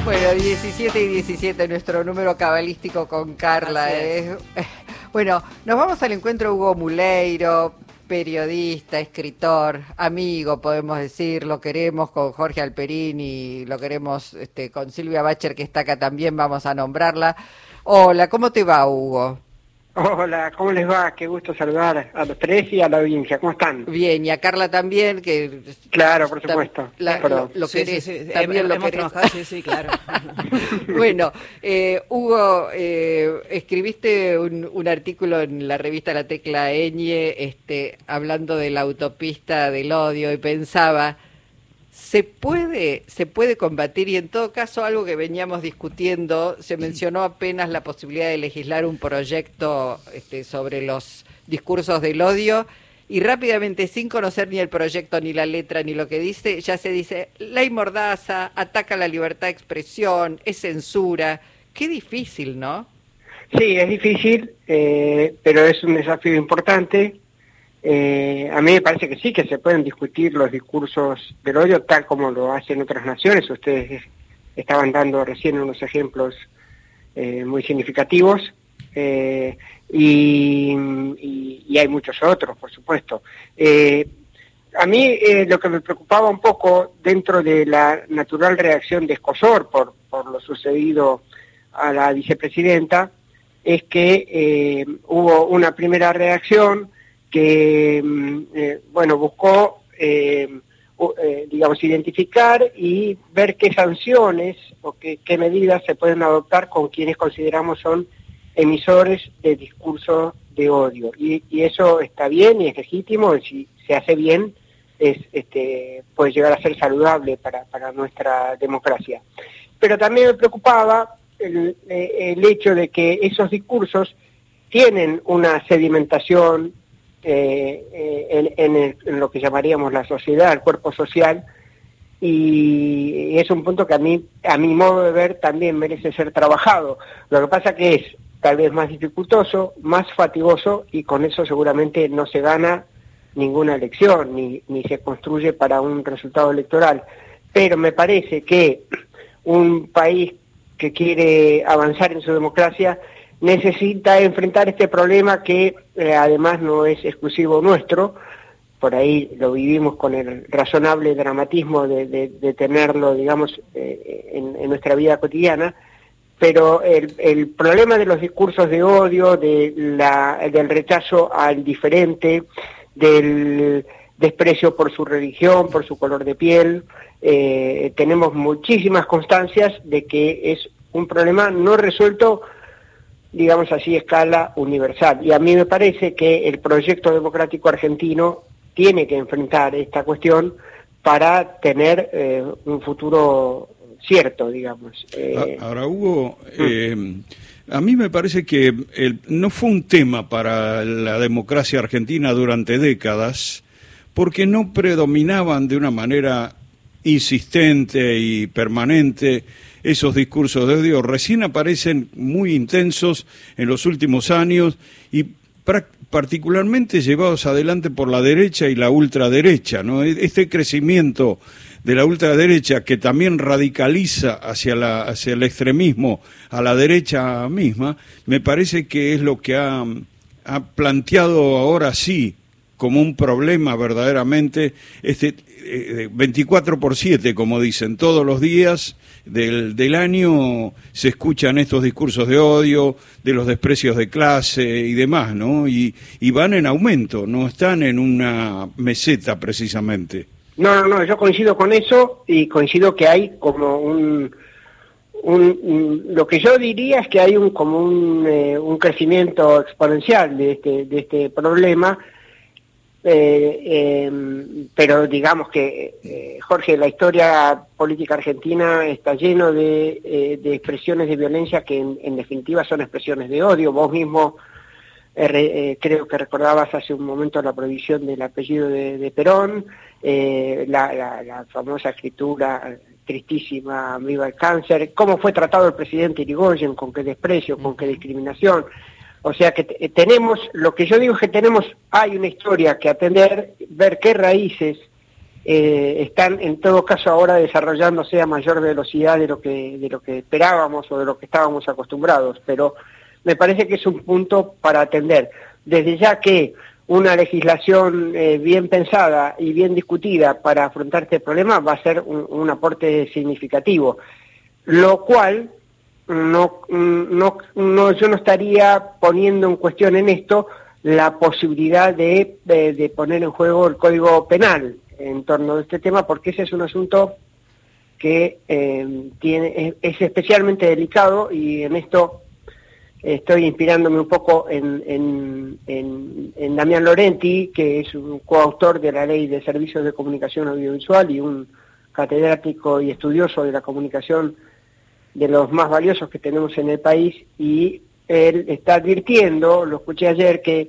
Bueno, 17 y 17, nuestro número cabalístico con Carla. Bueno, nos vamos al encuentro Hugo Muleiro, periodista, escritor, amigo, podemos decir, lo queremos con Jorge Alperini, lo queremos con Silvia Bacher, que está acá también, vamos a nombrarla. Hola, ¿cómo te va, Hugo? Hola, ¿cómo les va? Qué gusto saludar a los tres y a la audiencia. ¿Cómo están? Bien, y a Carla también, que... Claro, por supuesto. Lo querés, sí. también lo hemos querés. trabajado, sí, claro. Bueno, Hugo, escribiste un artículo en la revista La Tecla Eñe, hablando de la autopista del odio, y pensaba, ¿se puede combatir? Y en todo caso, algo que veníamos discutiendo, se mencionó apenas la posibilidad de legislar un proyecto sobre los discursos del odio, y rápidamente, sin conocer ni el proyecto, ni la letra, ni lo que dice, ya se dice, ley mordaza, ataca la libertad de expresión, es censura. Qué difícil, ¿no? Sí, es difícil, pero es un desafío importante. A mí me parece que sí, que se pueden discutir los discursos del odio tal como lo hacen otras naciones. Ustedes estaban dando recién unos ejemplos muy significativos, y hay muchos otros, por supuesto. A mí lo que me preocupaba un poco dentro de la natural reacción de Escosor por lo sucedido a la vicepresidenta es que hubo una primera reacción que buscó digamos, identificar y ver qué sanciones o qué medidas se pueden adoptar con quienes consideramos son emisores de discurso de odio. Y eso está bien y es legítimo, y si se hace bien, puede llegar a ser saludable para nuestra democracia. Pero también me preocupaba el hecho de que esos discursos tienen una sedimentación en lo que llamaríamos la sociedad, el cuerpo social, y es un punto que a mi modo de ver también merece ser trabajado. Lo que pasa que es tal vez más dificultoso, más fatigoso, y con eso seguramente no se gana ninguna elección, ni se construye para un resultado electoral. Pero me parece que un país que quiere avanzar en su democracia necesita enfrentar este problema que además no es exclusivo nuestro. Por ahí lo vivimos con el razonable dramatismo de tenerlo, digamos, en nuestra vida cotidiana, pero el problema de los discursos de odio, del rechazo al diferente, del desprecio por su religión, por su color de piel, tenemos muchísimas constancias de que es un problema no resuelto, digamos así, a escala universal. Y a mí me parece que el proyecto democrático argentino tiene que enfrentar esta cuestión para tener un futuro cierto, digamos. Ahora, Hugo, a mí me parece que no fue un tema para la democracia argentina durante décadas, porque no predominaban de una manera insistente y permanente esos discursos de odio. Recién aparecen muy intensos en los últimos años y particularmente llevados adelante por la derecha y la ultraderecha, ¿no? Este crecimiento de la ultraderecha que también radicaliza hacia el extremismo a la derecha misma, me parece que es lo que ha planteado ahora sí como un problema verdaderamente 24/7, como dicen, todos los días del año se escuchan estos discursos de odio, de los desprecios de clase y demás, ¿no? Y van en aumento, no están en una meseta precisamente. No, yo coincido con eso, y coincido que hay como lo que yo diría es que hay un crecimiento exponencial de este problema. Pero digamos que, Jorge, la historia política argentina está lleno de expresiones de violencia que en definitiva son expresiones de odio. Vos mismo creo que recordabas hace un momento la prohibición del apellido de Perón, la famosa escritura tristísima, viva el cáncer, cómo fue tratado el presidente Irigoyen, con qué desprecio, con qué discriminación. O sea que tenemos, lo que yo digo es que hay una historia que atender, ver qué raíces están en todo caso ahora desarrollándose a mayor velocidad de lo que esperábamos o de lo que estábamos acostumbrados, pero me parece que es un punto para atender. Desde ya que una legislación bien pensada y bien discutida para afrontar este problema va a ser un aporte significativo, lo cual yo no estaría poniendo en cuestión en esto la posibilidad de poner en juego el Código Penal en torno de este tema, porque ese es un asunto que es especialmente delicado, y en esto estoy inspirándome un poco en Damián Lorenti, que es un coautor de la Ley de Servicios de Comunicación Audiovisual y un catedrático y estudioso de la comunicación de los más valiosos que tenemos en el país, y él está advirtiendo, lo escuché ayer, que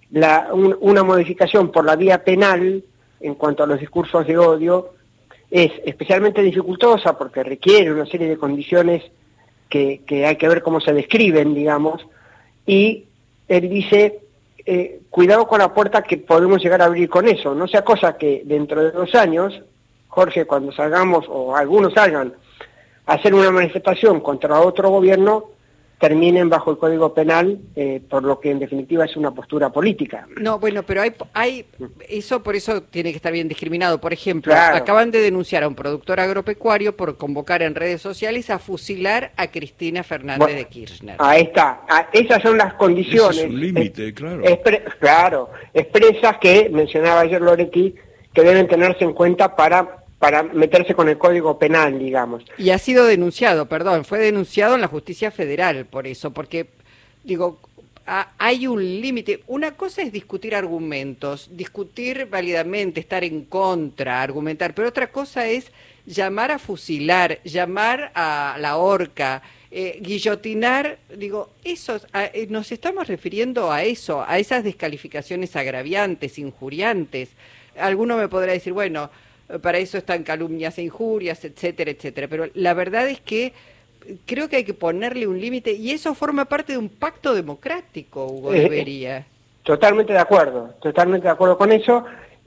una modificación por la vía penal en cuanto a los discursos de odio es especialmente dificultosa porque requiere una serie de condiciones que hay que ver cómo se describen, digamos, y él dice, cuidado con la puerta que podemos llegar a abrir con eso, no sea cosa que dentro de 2 años, Jorge, cuando salgamos, o algunos salgan, a hacer una manifestación contra otro gobierno, terminen bajo el Código Penal, por lo que en definitiva es una postura política. No, bueno, pero hay eso, por eso tiene que estar bien discriminado. Por ejemplo, Claro. acaban de denunciar a un productor agropecuario por convocar en redes sociales a fusilar a Cristina Fernández Bueno, de Kirchner. Ahí está. Esas son las condiciones. Ese es un límite, claro. Claro, expresas que mencionaba ayer Loretti, que deben tenerse en cuenta para meterse con el Código Penal, digamos. Y ha sido denunciado, fue denunciado en la justicia federal por eso, porque, digo, hay un límite. Una cosa es discutir argumentos, discutir válidamente, estar en contra, argumentar, pero otra cosa es llamar a fusilar, llamar a la horca, guillotinar, digo, nos estamos refiriendo a eso, a esas descalificaciones agraviantes, injuriantes. Alguno me podrá decir, bueno, para eso están calumnias e injurias, etcétera, etcétera. Pero la verdad es que creo que hay que ponerle un límite, y eso forma parte de un pacto democrático, Hugo, debería. Totalmente de acuerdo con eso,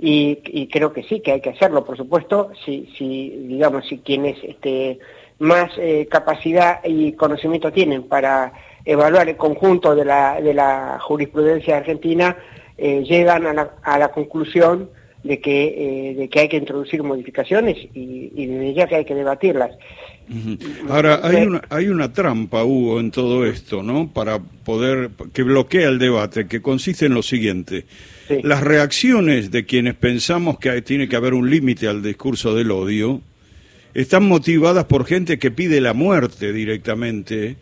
y creo que sí, que hay que hacerlo, por supuesto, si quienes más capacidad y conocimiento tienen para evaluar el conjunto de la jurisprudencia argentina, llegan a la conclusión de que hay que introducir modificaciones y desde ya que hay que debatirlas. Ahora, hay una trampa, Hugo, en todo esto, ¿no? Que bloquea el debate, que consiste en lo siguiente. Sí. Las reacciones de quienes pensamos que tiene que haber un límite al discurso del odio están motivadas por gente que pide la muerte directamente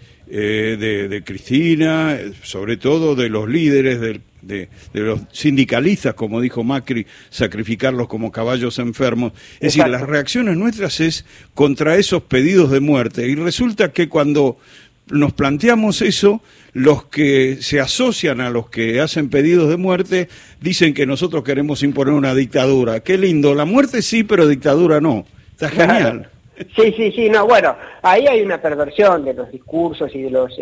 de Cristina, sobre todo de los líderes de los sindicalistas, como dijo Macri, sacrificarlos como caballos enfermos. Es decir, las reacciones nuestras es contra esos pedidos de muerte, y resulta que cuando nos planteamos eso, los que se asocian a los que hacen pedidos de muerte dicen que nosotros queremos imponer una dictadura. Qué lindo, la muerte sí, pero dictadura no. Está genial. Sí, no, bueno, ahí hay una perversión de los discursos y de los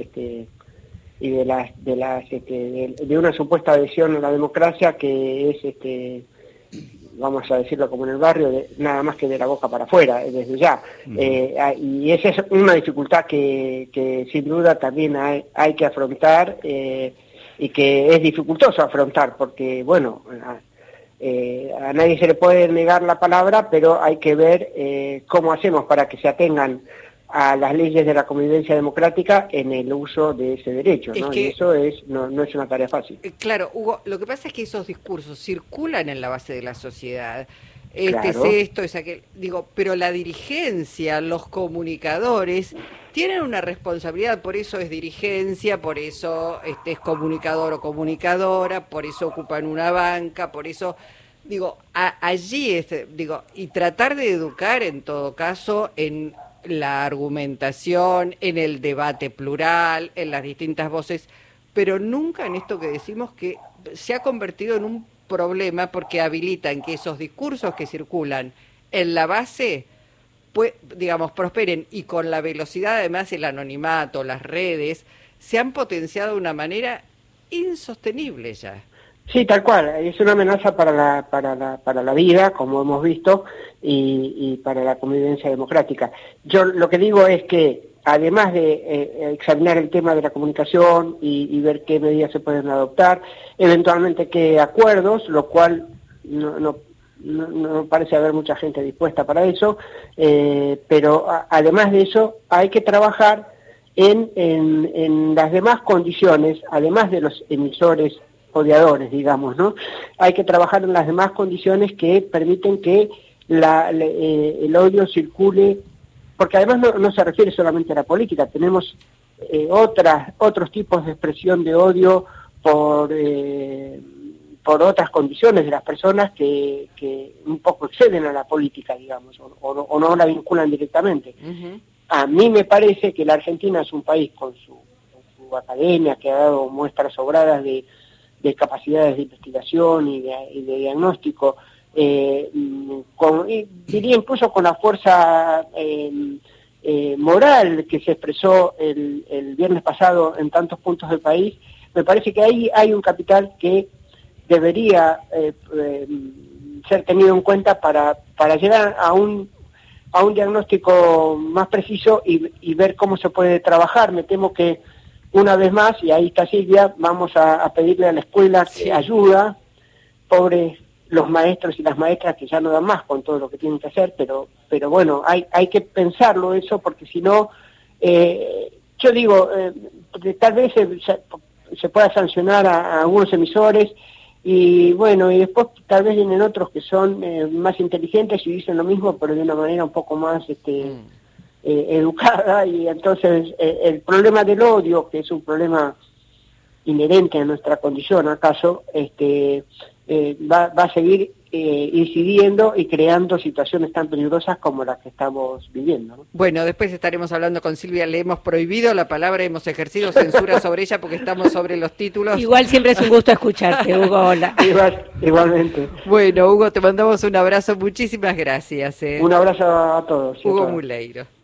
de una supuesta adhesión a la democracia que es vamos a decirlo como en el barrio, nada más que de la boca para afuera, desde ya. Y esa es una dificultad que sin duda también hay que afrontar, y que es dificultoso afrontar, porque, bueno, a nadie se le puede negar la palabra, pero hay que ver cómo hacemos para que se atengan a las leyes de la convivencia democrática en el uso de ese derecho, ¿no? Y eso no es una tarea fácil. Claro, Hugo, lo que pasa es que esos discursos circulan en la base de la sociedad. Claro. Es esto, es aquel. Digo, pero la dirigencia, los comunicadores, tienen una responsabilidad, por eso es dirigencia, por eso es comunicador o comunicadora, por eso ocupan una banca, por eso, digo, allí y tratar de educar en todo caso en la argumentación, en el debate plural, en las distintas voces, pero nunca en esto que decimos que se ha convertido en un problema porque habilitan que esos discursos que circulan en la base, pues, digamos, prosperen, y con la velocidad, además, el anonimato, las redes, se han potenciado de una manera insostenible ya. Sí, tal cual, es una amenaza para la vida, como hemos visto, y para la convivencia democrática. Yo lo que digo es que, además de examinar el tema de la comunicación y ver qué medidas se pueden adoptar, eventualmente qué acuerdos, lo cual no parece haber mucha gente dispuesta para eso, pero además de eso hay que trabajar en las demás condiciones, además de los emisores odiadores, digamos, ¿no? Hay que trabajar en las demás condiciones que permiten que el odio circule, porque además no se refiere solamente a la política, tenemos otros tipos de expresión de odio por otras condiciones de las personas que un poco exceden a la política, digamos, o no la vinculan directamente. Uh-huh. A mí me parece que la Argentina es un país con su academia que ha dado muestras sobradas de capacidades de investigación y de diagnóstico, diría incluso con la fuerza moral que se expresó el viernes pasado en tantos puntos del país. Me parece que ahí hay un capital que debería ser tenido en cuenta para llegar a un diagnóstico más preciso y ver cómo se puede trabajar. Me temo que una vez más, y ahí está Silvia, vamos a pedirle a la escuela que ayuda, pobres los maestros y las maestras que ya no dan más con todo lo que tienen que hacer, pero bueno, hay que pensarlo eso, porque si no, yo digo, tal vez se pueda sancionar a algunos emisores, y bueno, y después tal vez vienen otros que son más inteligentes y dicen lo mismo, pero de una manera un poco más educada, y entonces el problema del odio, que es un problema inherente a nuestra condición, acaso, va a seguir incidiendo y creando situaciones tan peligrosas como las que estamos viviendo, ¿no? Bueno, después estaremos hablando con Silvia, le hemos prohibido la palabra, hemos ejercido censura sobre ella porque estamos sobre los títulos. Igual siempre es un gusto escucharte, Hugo, hola. Igualmente. Bueno, Hugo, te mandamos un abrazo, muchísimas gracias. Un abrazo a todos. Hugo Muleiro.